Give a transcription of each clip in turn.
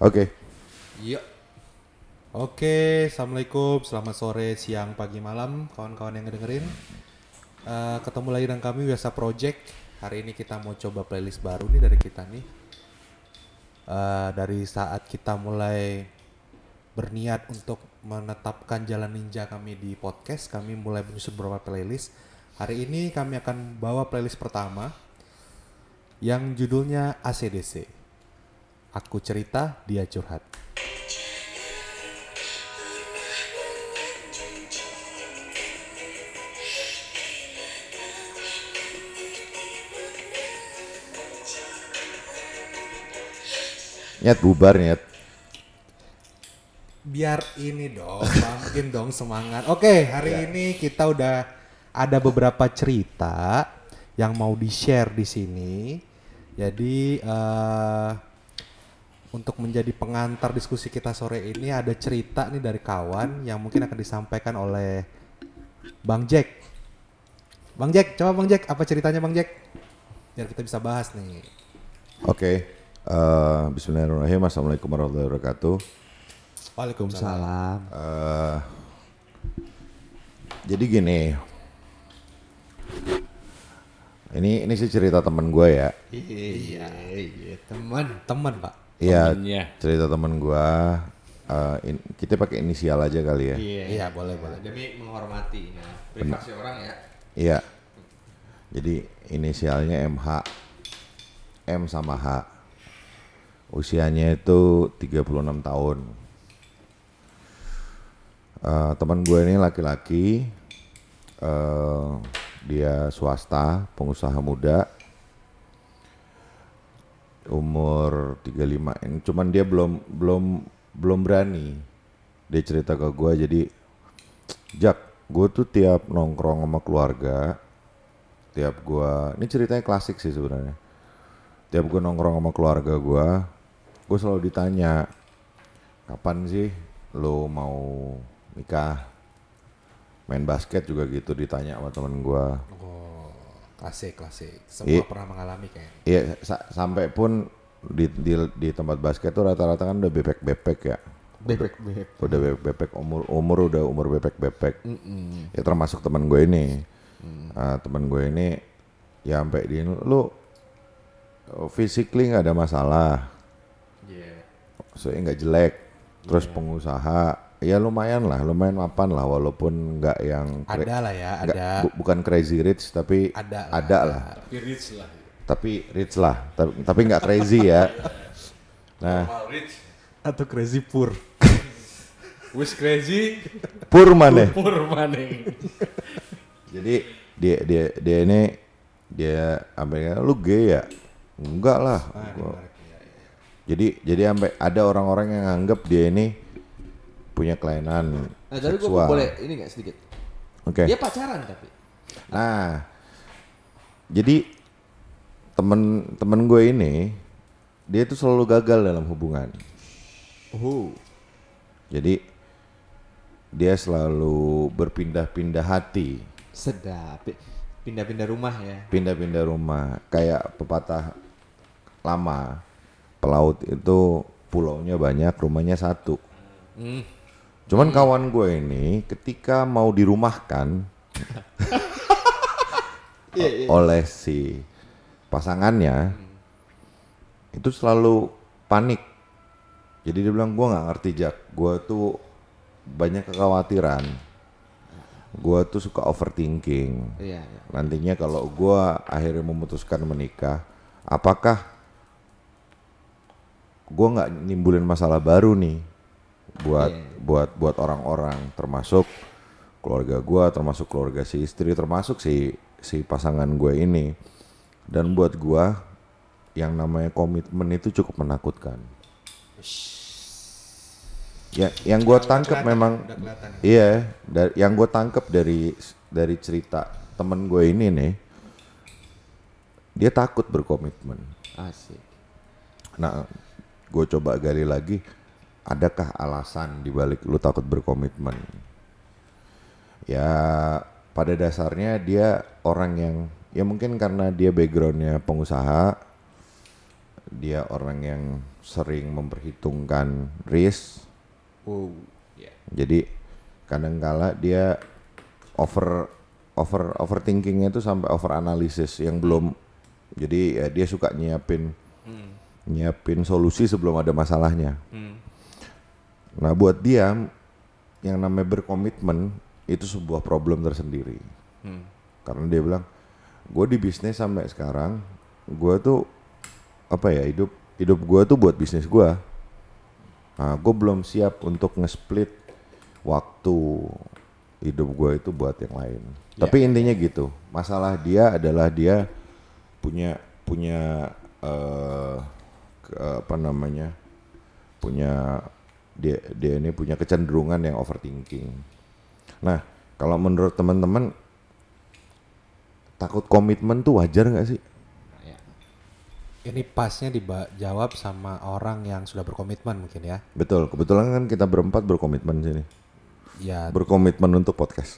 Oke. Iya. Oke, assalamualaikum, selamat sore, siang, pagi, malam, kawan-kawan yang ngedengerin. Ketemu lagi dengan kami Biasa Project. Hari ini kita mau coba playlist baru nih dari kita nih. Dari saat kita mulai berniat untuk menetapkan jalan ninja kami di podcast, kami mulai menyusun beberapa playlist. Hari ini kami akan bawa playlist pertama yang judulnya ACDC. Aku cerita, dia curhat. Nyet bubar nyet. Biar ini dong, bangkin dong semangat. Oke, hari ini kita udah ada beberapa cerita yang mau di-share di sini. Jadi untuk menjadi pengantar diskusi kita sore ini ada cerita nih dari kawan yang mungkin akan disampaikan oleh Bang Jack. Bang Jack, coba Bang Jack, apa ceritanya Bang Jack? Biar kita bisa bahas nih. Oke. Bismillahirrahmanirrahim. Assalamualaikum warahmatullahi wabarakatuh. Waalaikumsalam. Jadi gini. Ini sih cerita teman gue ya. Iya, teman Pak. Iya. Temennya. Cerita teman gue. Kita pakai inisial aja kali ya. Iya, boleh. Demi menghormati privasi orang ya. Iya. Jadi inisialnya MH. M sama H. Usianya itu 36 tahun. Teman gue ini laki-laki. Dia swasta, pengusaha muda. Umur 35. Cuman dia belum berani. Dia cerita ke gue, jadi Jak, gue tuh tiap nongkrong sama keluarga, ini ceritanya klasik sih sebenarnya. Tiap gue nongkrong sama keluarga gue selalu ditanya, kapan sih lo mau nikah? Main basket juga gitu ditanya sama temen gue. Oh, klasik. Semua pernah mengalami kayaknya. Iya, sampai pun di tempat basket tuh rata-rata kan udah bebek ya. Bebek. Udah bebek umur udah umur bebek. Ya termasuk teman gue ini. Teman gue ini ya sampai di lu physically nggak ada masalah. Soalnya nggak jelek. Terus pengusaha ya lumayan mapan lah walaupun nggak yang Ada lah ya, ada. bukan crazy rich tapi ada lah. Tapi rich lah. Tapi rich lah. Tapi nggak crazy ya. Nah, Normal rich. Atau crazy poor. Wis crazy. pur maneh. Pur maneh. Jadi dia ini dia sampai lu gay ya? Enggak lah. Jadi sampai ada orang-orang yang anggap dia ini punya kelainan Nah, tapi gue seksual. boleh ini nggak sedikit. Oke. Dia pacaran tapi. Nah, jadi temen gue ini dia tuh selalu gagal dalam hubungan. Jadi dia selalu berpindah-pindah hati, Sedap. Pindah-pindah rumah ya. pindah-pindah rumah. Kayak pepatah lama, pelaut itu pulaunya banyak, rumahnya satu. Cuman kawan gue ini ketika mau dirumahkan oleh si pasangannya itu selalu panik. Jadi dia bilang gue nggak ngerti Jak, gue tuh banyak kekhawatiran, gue tuh suka overthinking. Iya. Nantinya kalau gue akhirnya memutuskan menikah, apakah gue nggak nimbulin masalah baru nih buat orang-orang, termasuk keluarga gue, termasuk keluarga si istri, termasuk si pasangan gue ini. Dan buat gue yang namanya komitmen itu cukup menakutkan. Ya, yang gue tangkap memang, iya, yang gue tangkap dari cerita temen gue ini nih, dia takut berkomitmen. Asik. Nah, gue coba gali lagi, adakah alasan dibalik lu takut berkomitmen? Ya, pada dasarnya dia orang yang, ya mungkin karena dia backgroundnya pengusaha, dia orang yang sering memperhitungkan risk. Ya. Jadi kadang-kala dia overthinkingnya itu sampai over analisis yang belum. Jadi ya dia suka nyiapin solusi sebelum ada masalahnya. Nah buat dia yang namanya berkomitmen itu sebuah problem tersendiri. Karena dia bilang, gue di bisnis sampai sekarang, gue tuh hidup gue tuh buat bisnis gue. Nah, gue belum siap untuk nge-split waktu hidup gue itu buat yang lain. Tapi intinya gitu. Masalah dia adalah dia punya dia ini punya kecenderungan yang overthinking. Nah, kalau menurut teman-teman takut komitmen tuh wajar nggak sih? Ini pasnya dijawab sama orang yang sudah berkomitmen mungkin ya. Betul, kebetulan kan kita berempat berkomitmen sini. Ya. Berkomitmen untuk podcast.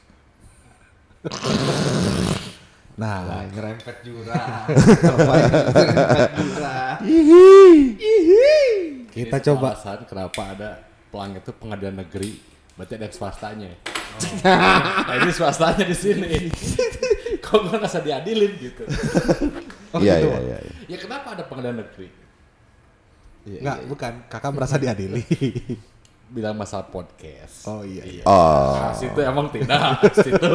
Nah, Ngerempet jurang. Ngerempet jurang. kita Ini coba alasan kenapa ada pelang itu pengadilan negeri, berarti ada swastanya. Nah, ini swastanya di sini. Kok nggak bisa diadilin gitu? Iya. Ya kenapa ada pengadilan negeri? enggak, bukan. Kakak merasa diadili. Bilang masalah podcast. Oh iya. Oh. Nah, situ emang tidak. Situ.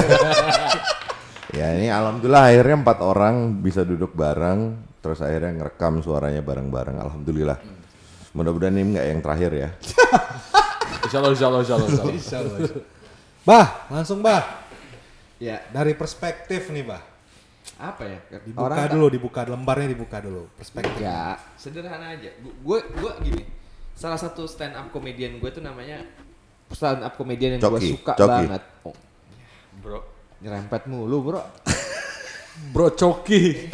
Ya ini alhamdulillah akhirnya 4 orang bisa duduk bareng, terus akhirnya ngerekam suaranya bareng-bareng. Alhamdulillah. Mudah-mudahan ini nggak yang terakhir ya. Insya Allah. Bah, langsung Bah. Ya, Dari perspektif nih Bah. apa ya? Dibuka lembarnya dibuka dulu. Perspektif. Ya, sederhana aja. Gue gini. Salah satu stand up comedian gue tuh namanya stand up comedian yang gue Coki, suka Coki. banget. Oh, Bro. nyerempet mulu, Bro. Bro Coki.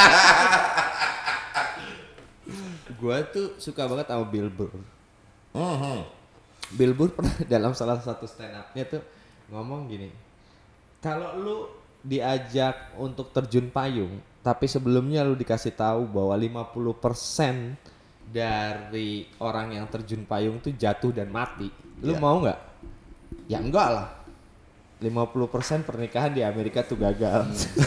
Gue tuh suka banget sama Bill Burr. Bill Burr pernah dalam salah satu stand up-nya tuh ngomong gini. Kalau lu diajak untuk terjun payung, tapi sebelumnya lu dikasih tahu bahwa 50% dari orang yang terjun payung tuh jatuh dan mati. Lu Ya. mau nggak? Ya enggak lah. 50% pernikahan di Amerika tuh gagal.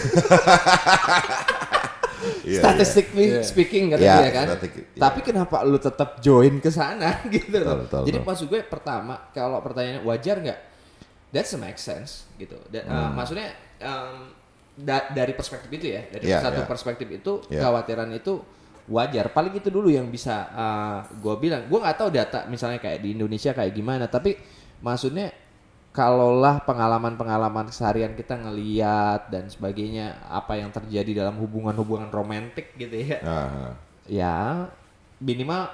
Iya, Statistically speaking kata Iya, dia kan. iya. Tapi kenapa lu tetap join ke sana gitu loh. Betul, Jadi betul. maksud gue pertama kalau pertanyaannya wajar nggak? That's make sense gitu. Dan maksudnya dari perspektif itu ya, dari Iya, satu iya. perspektif itu Iya. kekhawatiran itu wajar. Paling itu dulu yang bisa gue bilang. Gue nggak tahu data misalnya kayak di Indonesia kayak gimana, tapi maksudnya kalaulah pengalaman-pengalaman keseharian kita ngeliat dan sebagainya apa yang terjadi dalam hubungan-hubungan romantik gitu ya. Nah, Ya minimal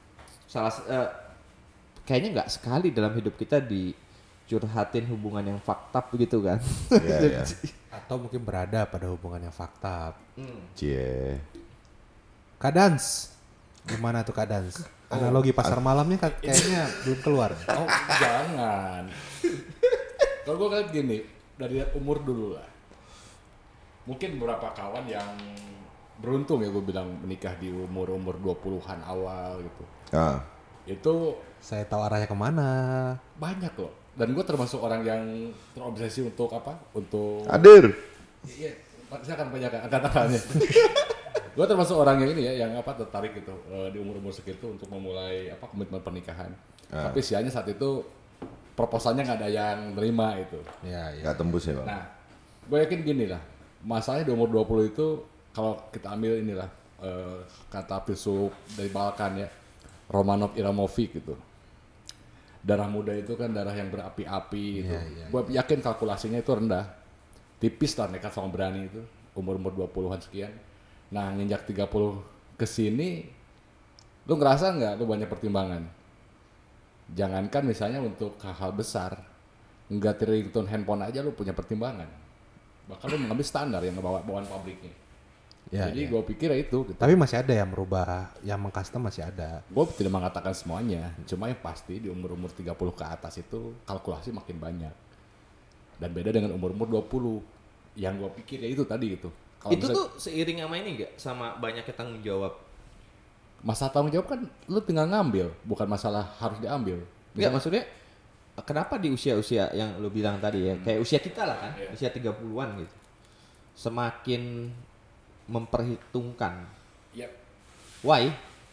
kayaknya nggak sekali dalam hidup kita dicurhatin hubungan yang fucked up gitu kan. iya. Atau mungkin berada pada hubungan yang fakta. Cie. Kak Dans. Gimana tuh Kak Dans? Analogi pasar malamnya kayaknya belum keluar. Oh jangan. Kalau gue kayak gini, dari umur dulu lah. Mungkin beberapa kawan yang beruntung ya gue bilang menikah di umur 20-an awal gitu. Nah, Itu Saya tahu arahnya kemana. banyak loh. Dan gue termasuk orang yang terobsesi untuk apa? Untuk hadir. Iya, saya akan banyak angkat tangannya. Gue termasuk orang yang ini ya, yang apa tertarik gitu di umur-umur segitu untuk memulai apa komitmen pernikahan. Tapi sianya saat itu proposalnya nggak ada yang nerima itu. Ya, ya. Nggak tembus ya bang. Nah, gue yakin gini lah, masalahnya di umur 20 itu kalau kita ambil inilah kata filsuf dari Balkan ya, Romanov Iramovic gitu. Darah muda itu kan darah yang berapi-api gitu. Gue yakin kalkulasinya itu rendah. Tipis lah nekat sama berani itu, umur-umur 20-an sekian. Nah, nginjak 30 ke sini, lu ngerasa nggak lu banyak pertimbangan? Jangankan misalnya untuk hal-hal besar, nggak ringtone handphone aja lu punya pertimbangan. Bahkan lu mengambil standar yang ngebawa bawaan pabriknya. Ya, Jadi ya. gue pikir ya itu. Gitu. Tapi masih ada yang merubah, yang mengcustom masih ada. Gue tidak mengatakan semuanya, cuma yang pasti di umur-umur 30 ke atas itu kalkulasi makin banyak. Dan beda dengan umur-umur 20. Yang gue pikir ya itu tadi gitu. Kalau Itu misalnya- tuh seiring sama ini nggak? Sama banyaknya tanggung jawab. Masalah tanggung jawab kan lu tinggal ngambil, bukan masalah harus diambil. Enggak, maksudnya kenapa di usia-usia yang lu bilang tadi ya, kayak usia kita lah kan, Iya. usia 30-an gitu. Semakin memperhitungkan. Ya, Why?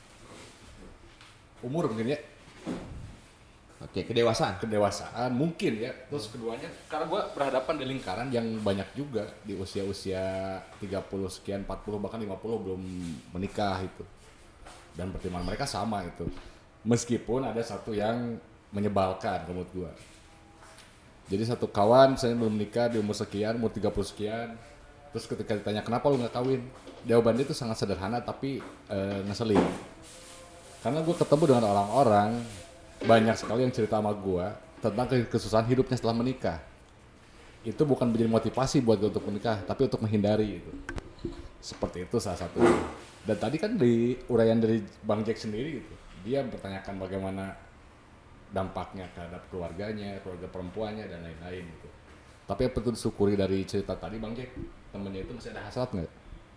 umur mungkin ya, Oke, kedewasaan. mungkin ya. Terus keduanya, karena gue berhadapan di lingkaran yang banyak juga di usia-usia 30 sekian, 40 bahkan 50 belum menikah itu. Dan pertimbangan mereka sama itu. Meskipun ada satu yang menyebalkan menurut gue. Jadi satu kawan saya belum menikah di umur sekian, umur 30 sekian. Terus ketika ditanya kenapa lu gak kawin, jawaban dia itu sangat sederhana tapi ngeselin. Karena gue ketemu dengan orang-orang banyak sekali yang cerita sama gue tentang kesusahan hidupnya setelah menikah. Itu bukan menjadi motivasi buat gue untuk menikah, tapi untuk menghindari itu. Seperti itu salah satu. Dan tadi kan di uraian dari Bang Jack sendiri gitu, dia bertanyakan bagaimana dampaknya terhadap keluarganya, keluarga perempuannya dan lain-lain gitu. Tapi apa tuh disyukuri dari cerita tadi Bang Jack, temennya itu masih ada hasrat nggak?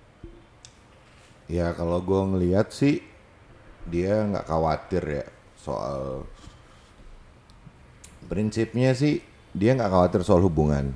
Ya kalau gue ngelihat sih dia nggak khawatir ya soal prinsipnya sih dia nggak khawatir soal hubungan.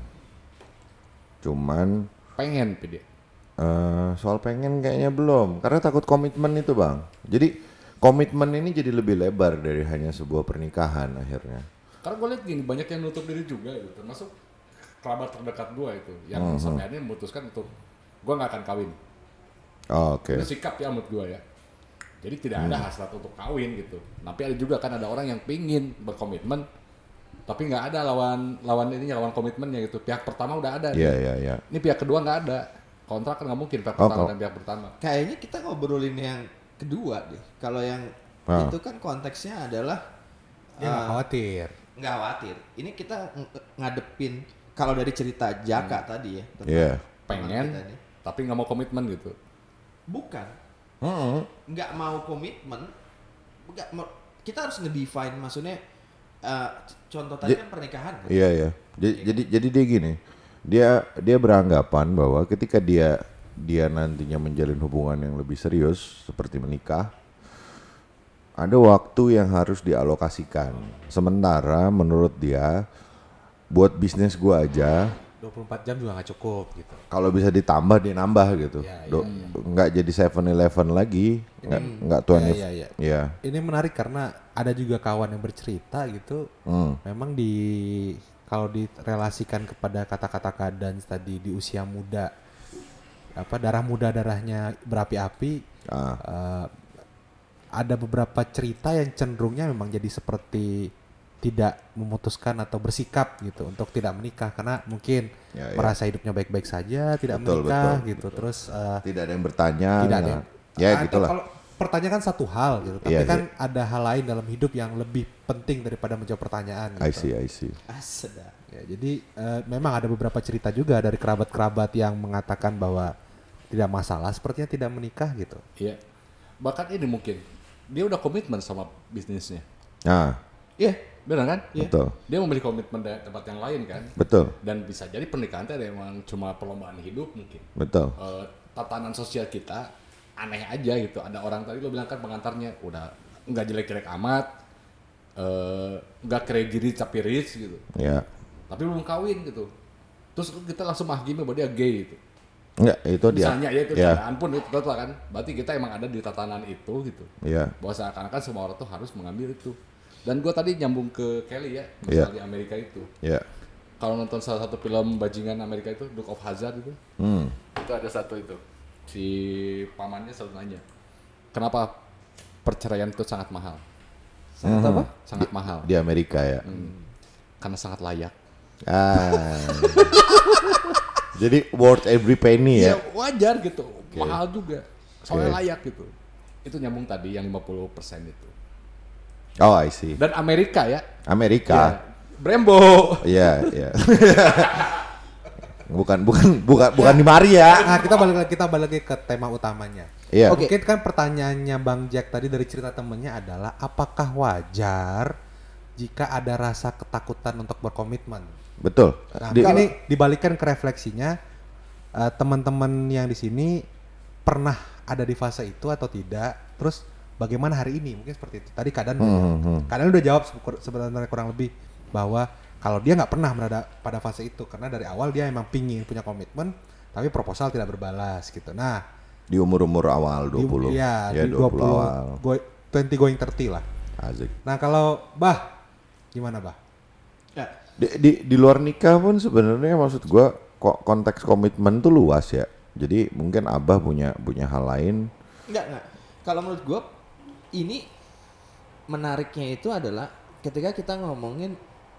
Cuman Pengen PD. soal pengen kayaknya belum karena takut komitmen itu bang. Jadi komitmen ini jadi lebih lebar dari hanya sebuah pernikahan akhirnya. Karena gue lihat gini, banyak yang nutup diri juga gitu, termasuk kerabat terdekat gue itu, yang sampai akhirnya memutuskan untuk gue nggak akan kawin. Oh, oke. Itu sikap ya menurut gue ya. Jadi tidak ada hasrat untuk kawin gitu. Tapi ada juga kan ada orang yang pingin berkomitmen, tapi nggak ada lawan komitmennya gitu. Pihak pertama udah ada. Iya nih. iya iya. Ini pihak kedua nggak ada. Kontrak kan nggak mungkin pihak Oh, pertama kok. dan pihak pertama. Kayaknya kita ngobrolin yang kedua deh. Kalau yang Ah. itu kan konteksnya adalah Dia nggak khawatir. nggak khawatir. Ini kita ngadepin kalau dari cerita Jaka tadi ya. tentang Iya. teman Pengen, kita nih. tapi nggak mau komitmen gitu. Bukan. Mm-mm. Nggak mau komitmen. Kita harus ngedefine maksudnya. Contoh tadi kan pernikahan. Kan? Iya iya. Jadi dia gini. Dia beranggapan bahwa ketika dia nantinya menjalin hubungan yang lebih serius seperti menikah, ada waktu yang harus dialokasikan. Sementara menurut dia buat bisnis gua aja 24 jam juga nggak cukup gitu. kalau bisa ditambah dia nambah gitu. Iya, Nggak jadi 7-Eleven lagi, nggak 20. Iya, iya. Iya. Ini menarik karena ada juga kawan yang bercerita gitu. Memang kalau direlasikan kepada kata-kata Kadans tadi di usia muda, darah muda darahnya berapi-api, ada beberapa cerita yang cenderungnya memang jadi seperti tidak memutuskan atau bersikap gitu untuk tidak menikah karena mungkin Ya, ya. merasa hidupnya baik-baik saja, tidak Betul, menikah betul, gitu. Terus Tidak ada yang bertanya. tidak ada nggak- yang- Ya atau gitulah. Kalau pertanyaan kan satu hal gitu, tapi Iya, kan ada hal lain dalam hidup yang lebih penting daripada menjawab pertanyaan. Gitu. I see. Sedap. Ya, jadi memang ada beberapa cerita juga dari kerabat-kerabat yang mengatakan bahwa tidak masalah, sepertinya tidak menikah gitu. Iya. Bahkan ini mungkin dia udah komitmen sama bisnisnya. Nah, Iya. Benar kan? betul. Dia memilih komitmen dari tempat yang lain kan. Betul. Dan bisa jadi pernikahan itu emang cuma perlombaan hidup mungkin. Betul. Tatanan sosial kita aneh aja gitu. Ada orang tadi lo bilang kan pengantarnya udah nggak jelek-jelek amat, nggak kredit tapi rich gitu. Ya. Tapi belum kawin gitu. Terus kita langsung menghakimi bahwa dia gay gitu. Enggak, itu dia. Misalnya ya itu Ya. candaan pun itu betul kan. Berarti kita emang ada di tatanan itu gitu. Iya. Bahwa seakan-akan semua orang tuh harus mengambil itu. Dan gue tadi nyambung ke Kelly ya, Iya. misalnya di Amerika itu. Ya. Kalau nonton salah satu film bajingan Amerika itu, Duke of Hazzard itu, itu ada satu itu. Si pamannya selalu nanya, kenapa perceraian itu sangat mahal? Sangat apa? Sangat mahal. Di Amerika ya. Karena sangat layak. Ah. Jadi worth every penny Ya ya. wajar gitu, mahal juga. Soalnya layak gitu. Itu nyambung tadi yang 50% itu. Oh, I see. Dan Amerika ya. Amerika. Ya, Brembo. Iya, iya. bukan di mari ya. Nah, kita balik lagi ke tema utamanya. Iya. Oke, kan pertanyaannya Bang Jack tadi dari cerita temennya adalah apakah wajar jika ada rasa ketakutan untuk berkomitmen? Betul. Nah, Di- ini dibalikkan ke refleksinya teman-teman yang di sini pernah ada di fase itu atau tidak? Terus bagaimana hari ini, mungkin seperti itu. Tadi Kadan udah jawab sebenarnya kurang lebih bahwa kalau dia nggak pernah berada pada fase itu karena dari awal dia emang pingin punya komitmen tapi proposal tidak berbalas gitu. Nah Di umur-umur awal 20. Iya, Ya, di 20 awal. 20 going 30 lah. Asik. Nah kalau Bah, gimana Bah? Ya. Di luar nikah pun sebenarnya maksud gua kok konteks komitmen tuh luas ya. Jadi mungkin Abah punya hal lain. Enggak. Kalau menurut gue ini menariknya itu adalah ketika kita ngomongin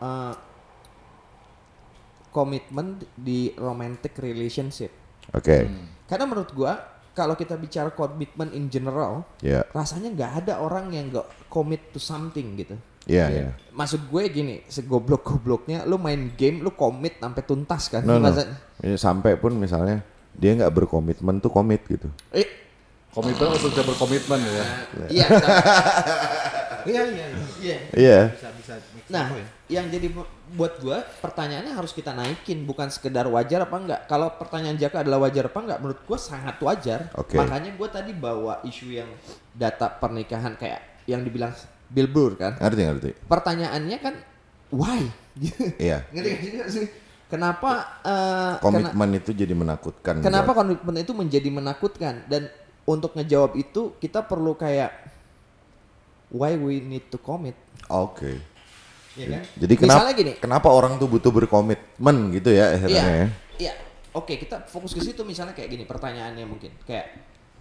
komitmen di romantic relationship. Oke. Karena menurut gue kalau kita bicara komitmen in general, Ya. rasanya nggak ada orang yang nggak commit to something gitu. Iya. Maksud gue gini, segoblok-gobloknya lu main game, lu komit sampai tuntas kan? No. Masa- Ya, sampai pun misalnya dia nggak berkomitmen tuh komit gitu. Komitmen untuk bisa berkomitmen ya. Iya. Iya. Iya. Bisa make Nah, sense ya. yang jadi buat gua pertanyaannya harus kita naikin, bukan sekedar wajar apa enggak. Kalau pertanyaan Jaka adalah wajar apa enggak, menurut gua sangat wajar. Oke. Makanya gua tadi bawa isu yang data pernikahan kayak yang dibilang Bill Burr kan. Ngerti. Pertanyaannya kan why? Iya. Ngerti gak sih? Kenapa Komitmen itu jadi menakutkan. kenapa komitmen itu menjadi menakutkan? Dan untuk ngejawab itu kita perlu kayak why we need to commit. Oke. Ya kan? Jadi Misalnya gini. kenapa orang tuh butuh berkomitmen gitu ya akhirnya ya? Iya. Oke, kita fokus ke situ misalnya kayak gini pertanyaannya mungkin kayak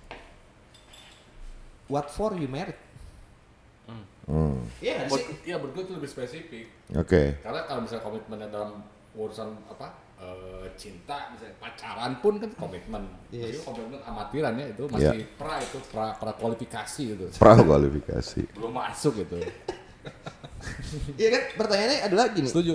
what for you married? Iya nggak sih? Iya, menurut gue itu lebih spesifik. Oke. Karena kalau misalnya komitmennya dalam urusan cinta, misalnya pacaran pun kan komitmen. Yes. Jadi komitmen amatiran ya itu masih pra kualifikasi itu. Prakualifikasi. Belum masuk itu. Iya kan? Pertanyaannya adalah gini. Setuju.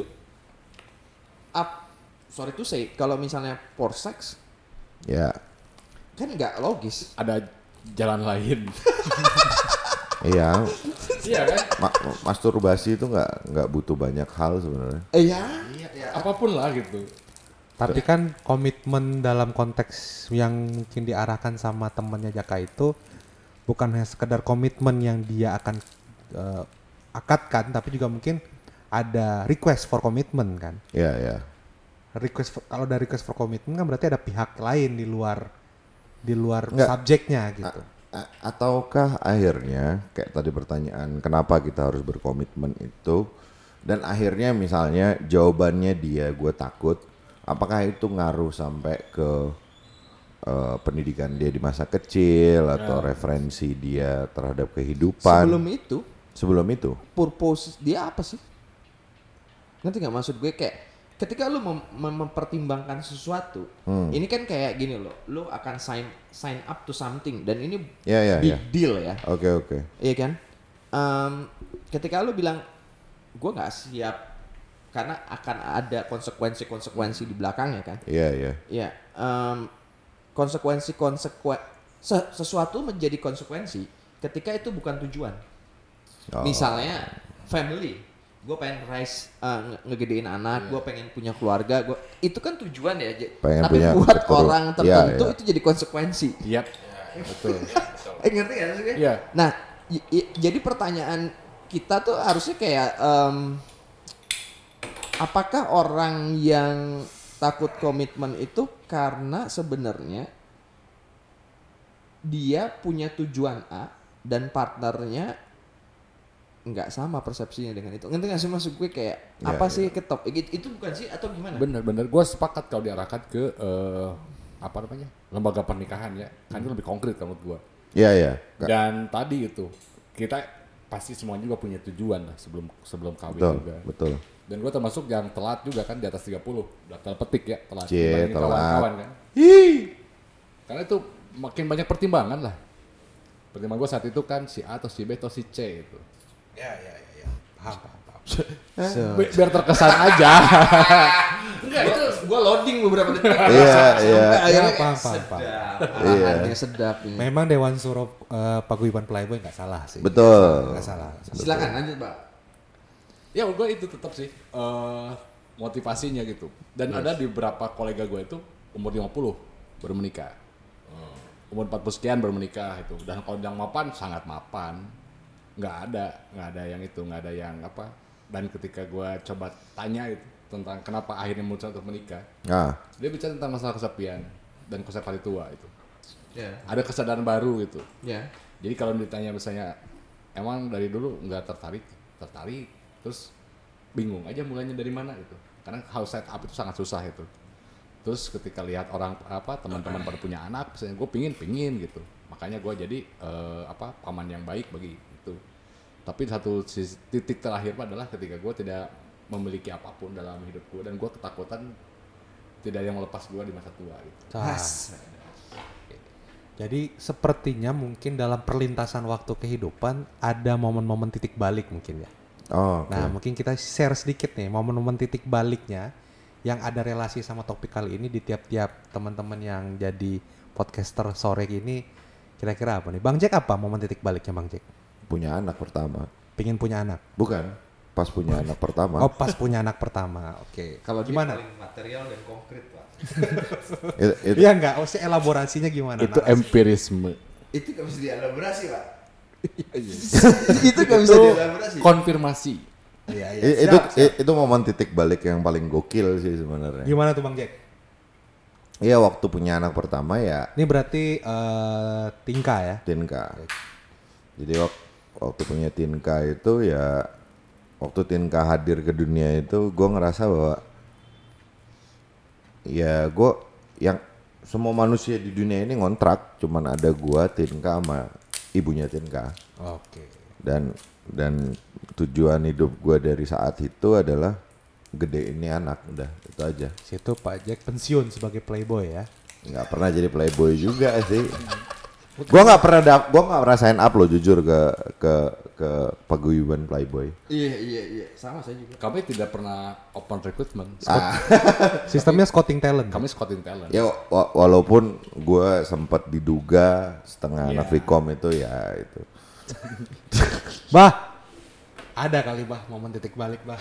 Sorry to say, kalau misalnya for sex Ya. kan nggak logis. Ada jalan lain. Iya. Iya kan? Masturbasi itu nggak butuh banyak hal sebenarnya. Iya. Apapun lah gitu. Tapi kan komitmen dalam konteks yang mungkin diarahkan sama temannya Jaka itu bukan hanya sekedar komitmen yang dia akan akadkan, tapi juga mungkin ada request for commitment kan. Iya. Kalau ada request for commitment kan berarti ada pihak lain di luar Nggak. subjeknya gitu. Ataukah akhirnya kayak tadi pertanyaan kenapa kita harus berkomitmen itu dan akhirnya misalnya jawabannya dia gue takut apakah itu ngaruh sampai ke pendidikan dia di masa kecil atau referensi dia terhadap kehidupan sebelum itu Purpose dia apa sih? Ngerti nggak maksud gue kayak ketika lu mempertimbangkan sesuatu, ini kan kayak gini loh, lu akan sign up to something dan ini big deal ya. Oke. Iya kan? Ketika lu bilang gue nggak siap karena akan ada konsekuensi di belakangnya kan? Iya. Iya. Sesuatu menjadi konsekuensi ketika itu bukan tujuan. Misalnya family, gue pengen ngegedein anak, gue pengen punya keluarga, itu kan tujuan ya. Tapi buat orang tertentu itu jadi konsekuensi. Iya. Betul. Ngerti gak sih? Iya. Nah, jadi pertanyaan kita tuh harusnya kayak apakah orang yang takut komitmen itu karena sebenarnya dia punya tujuan A dan partnernya nggak sama persepsinya dengan itu. Ngerti nggak sih maksud gue kayak apa sih ketop itu bukan sih atau gimana? Bener. Gue sepakat kalau diarahkan ke lembaga pernikahan ya. Kan itu lebih konkret kalau menurut gue. Iya. Dan tadi itu kita pasti semua juga punya tujuan lah sebelum kawin juga. Betul. Dan gue termasuk yang telat juga kan di atas 30. Daftar petik ya telat. Cie, Dibanding telat. kawan-kawan kan. Karena itu makin banyak pertimbangan lah. Pertimbangan gue saat itu kan si A atau si B atau si C itu. Ya. Paham. Biar terkesan aja. Enggak, itu gue loading beberapa detik. Iya. Akhirnya Paham. arahannya sedap ini. Memang Dewan Suro Paguyuban Playboy nggak salah sih. Betul. Nggak salah. Silakan lanjut, Pak. Ya gue itu tetap sih motivasinya gitu. Dan ada di beberapa kolega gue itu umur 50 baru menikah. umur 40 sekian baru menikah itu. Dan kalau yang mapan sangat mapan. Nggak ada yang itu, nggak ada yang apa. Dan ketika gue coba tanya itu tentang kenapa akhirnya memutuskan untuk menikah, dia bicara tentang masalah kesepian dan konsep hari tua itu. Ada kesadaran baru gitu. Jadi kalau ditanya misalnya emang dari dulu nggak tertarik, terus bingung aja mulainya dari mana gitu. Karena house set up itu sangat susah itu. Terus ketika lihat orang teman-teman pada punya anak, misalnya gue pingin gitu. Makanya gue jadi paman yang baik bagi itu. Tapi satu titik terakhir adalah ketika gue tidak memiliki apapun dalam hidup gue dan gue ketakutan tidak ada yang melepas gue di masa tua gitu. Jadi sepertinya mungkin dalam perlintasan waktu kehidupan ada momen-momen titik balik mungkin ya. Nah mungkin kita share sedikit nih momen-momen titik baliknya yang ada relasi sama topik kali ini di tiap-tiap teman-teman yang jadi podcaster sore ini. Kira-kira apa nih? Bang Jack apa momen titik baliknya Bang Jack? Punya anak pertama. Pingin punya anak? Bukan, pas punya anak pertama. Oh pas punya anak pertama, oke. Kalau gimana? paling material dan konkret Pak. Iya enggak, elaborasinya gimana? Itu empirisme. Itu gak bisa dielaborasi Pak. Itu gak bisa dielaborasi. Konfirmasi. Iya. Itu momen titik balik yang paling gokil sih sebenarnya. Gimana tuh Bang Jack? Iya waktu punya anak pertama ya. Ini berarti Tinka ya? Tinka. Jadi waktu punya Tinka itu ya, waktu Tinka hadir ke dunia itu gue ngerasa bahwa ya gue yang semua manusia di dunia ini ngontrak, cuman ada gue, Tinka sama ibunya Tinka. Oke. Dan tujuan hidup gue dari saat itu adalah gede ini anak, udah itu aja. Situ Pak Jack pensiun sebagai playboy ya? Nggak pernah jadi playboy juga sih. Gue nggak ngerasain up loh jujur ke paguyuban playboy. Iya, sama saya juga. Kami tidak pernah open recruitment. Sistemnya scouting talent. Kami scouting talent. Ya walaupun gue sempat diduga setengah Navikom itu ya itu. Bah, ada kali bah momen titik balik bah.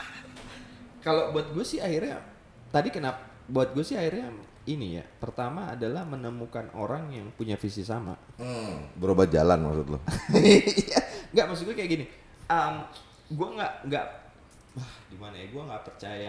Kalau buat gue sih akhirnya buat gue sih akhirnya ini ya. Pertama adalah menemukan orang yang punya visi sama. Berubah jalan maksud lo? Enggak, maksud gue kayak gini. Gue nggak gimana ya? Gue nggak percaya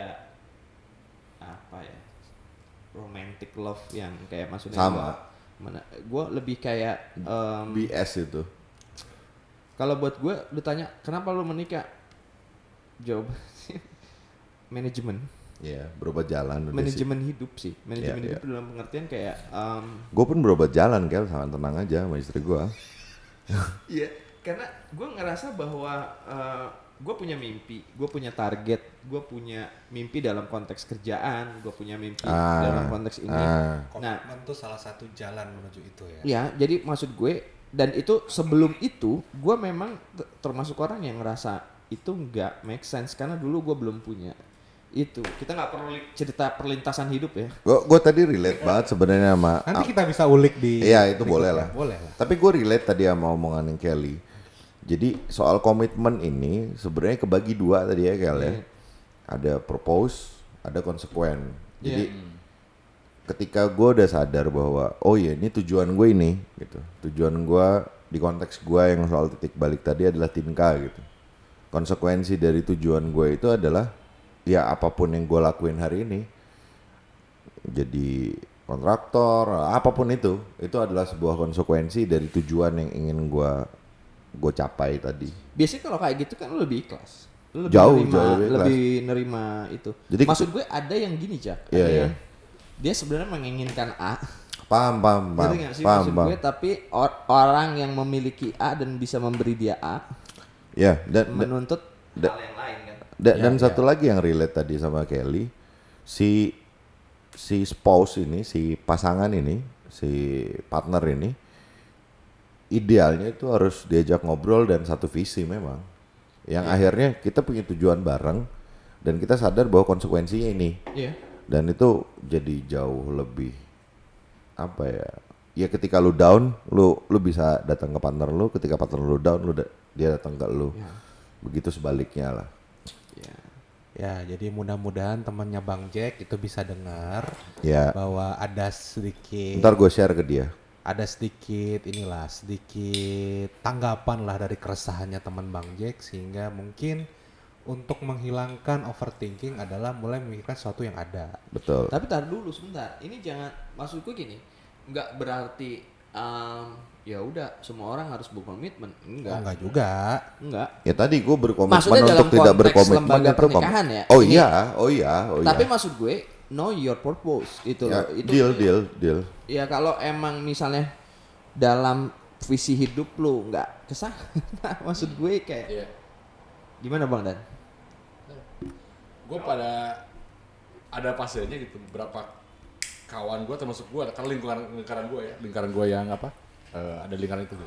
apa ya, romantic love yang kayak maksudnya Sama. Gue lebih kayak BS itu. kalau buat gue, lu tanya kenapa lu menikah? Jawab manajemen. Iya, berubah jalan. Manajemen hidup sih. Manajemen hidup dalam pengertian kayak gue pun berubah jalan Kel, sangat tenang aja sama istri gue. iya, karena gue ngerasa bahwa gue punya mimpi, gue punya target, gue punya mimpi dalam konteks kerjaan, gue punya mimpi dalam konteks ini. Komitmen tuh salah satu jalan menuju itu ya. Ya, jadi maksud gue, dan itu sebelum itu gue memang termasuk orang yang ngerasa itu nggak make sense karena dulu gue belum punya itu. Kita nggak perlu cerita perlintasan hidup ya. Gue tadi relate banget sebenarnya sama. Nanti kita bisa ulik di. Iya itu boleh lah. Boleh lah. Tapi gue relate tadi sama omongan yang Kelly. Jadi soal komitmen ini sebenarnya kebagi dua tadi ya Kel ya. Ada propose, ada konsekuen. Jadi ketika gue udah sadar bahwa oh iya ini tujuan gue ini gitu. Tujuan gue di konteks gue yang soal titik balik tadi adalah Tinka gitu. Konsekuensi dari tujuan gue itu adalah ya apapun yang gue lakuin hari ini, jadi kontraktor, apapun itu adalah sebuah konsekuensi dari tujuan yang ingin gue capai tadi. Biasanya kalau kayak gitu kan lu lebih ikhlas. Lu lebih Jauh nerima, lebih ikhlas. lebih nerima itu. Jadi maksud gue ada yang gini Cak. Iya, Ada iya. yang dia sebenarnya menginginkan A. Paham. Ngerti nggak sih maksud gue? Tapi orang yang memiliki A dan bisa memberi dia A, Ya, dan menuntut da- hal yang lain kan. dan satu lagi yang relate tadi sama Kelly, si spouse ini, si pasangan ini, si partner ini, idealnya itu harus diajak ngobrol dan satu visi memang. Yang akhirnya kita punya tujuan bareng dan kita sadar bahwa konsekuensinya ini. Iya. Dan itu jadi jauh lebih apa ya? Ya ketika lu down, lu bisa datang ke partner lu, ketika partner lu down, dia datang ke lu. Ya. Begitu sebaliknya lah. Ya, jadi mudah-mudahan temannya Bang Jack itu bisa dengar Ya. bahwa ada sedikit Ntar gue share ke dia. ada sedikit tanggapan lah dari keresahannya teman Bang Jack, sehingga mungkin untuk menghilangkan overthinking adalah mulai memikirkan sesuatu yang ada. Betul. Tapi tar dulu sebentar. Ini jangan, maksudku gini, nggak berarti ya udah semua orang harus berkomitmen. Enggak juga. Enggak. Ya tadi gue berkomitmen Maksudnya dalam untuk tidak konteks berkomitmen lembaga itu pernikahan ya. Oh Ini- iya, oh iya. Tapi maksud gue know your purpose gitu ya, loh. Itu deal. ya kalau emang misalnya dalam visi hidup lu nggak kesana, maksud gue kayak Iya. gimana Bang Dan? Gue pada ada fasenya gitu, beberapa kawan gue termasuk gue, karena lingkaran gue yang apa, ada lingkaran itu.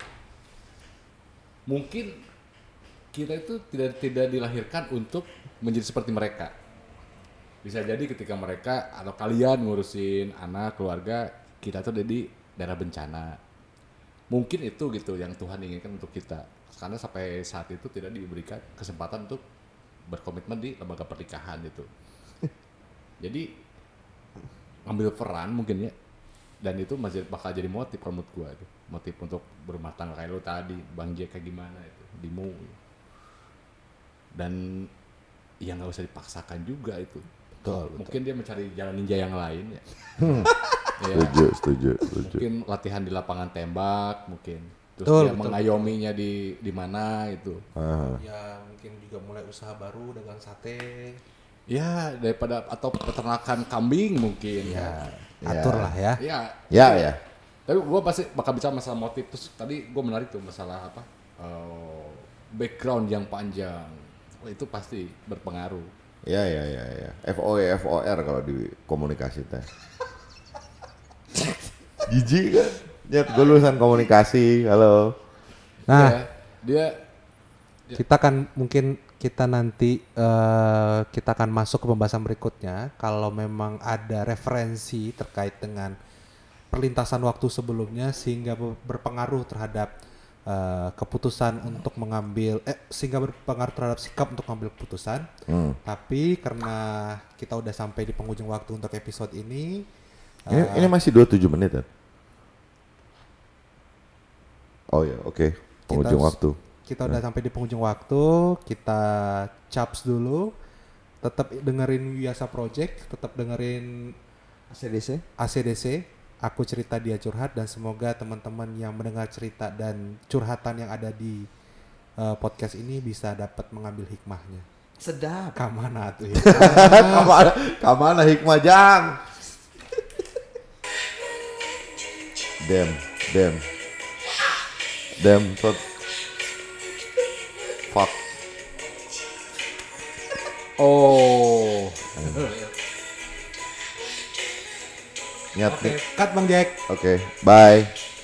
Mungkin kita itu tidak dilahirkan untuk menjadi seperti mereka. Bisa jadi ketika mereka atau kalian ngurusin anak, keluarga, kita tuh di daerah bencana. Mungkin itu gitu yang Tuhan inginkan untuk kita. Karena sampai saat itu tidak diberikan kesempatan untuk berkomitmen di lembaga pernikahan itu. Jadi ambil peran mungkin ya. Dan itu masih bakal jadi motif kalau menurut gua itu. Motif untuk berumah tangga kayak lu tadi, Bang Jack kayak gimana itu, Dimu. Dan ya nggak usah dipaksakan juga itu. Betul. Mungkin dia mencari jalan ninja yang lain ya. Ya, Setuju. mungkin latihan di lapangan tembak mungkin. Terus Betul, dia betul. mengayominya di mana itu. Ya mungkin juga mulai usaha baru, dagang sate. Ya daripada atau peternakan kambing mungkin. Ya, atur lah ya. Ya. Tapi gue pasti bakal bicara masalah motif. Terus tadi gue menarik tuh masalah apa? Background yang panjang. Wah, itu pasti berpengaruh. Ya. FOR kalau di komunikasi teh. Jijik kan? Nyet, gue lulusan komunikasi. Halo. Nah, dia kita kan mungkin kita nanti kita akan masuk ke pembahasan berikutnya kalau memang ada referensi terkait dengan perlintasan waktu sebelumnya sehingga berpengaruh terhadap keputusan untuk mengambil sehingga berpengaruh terhadap sikap untuk mengambil keputusan. Tapi karena kita udah sampai di penghujung waktu untuk episode ini, Ini masih 27 menit ya? Oh ya, oke. Penghujung waktu. kita udah sampai di penghujung waktu, kita caps dulu. Tetap dengerin Wiyasa Project, tetap dengerin ACDC, Aku Cerita Dia Curhat, dan semoga teman-teman yang mendengar cerita dan curhatan yang ada di podcast ini bisa dapat mengambil hikmahnya. Sedap. Kamana tuh ya. Kamana hikmah jang? Damn, fuck. oh Nyat nih. Cut Bang Jack. Oke, bye.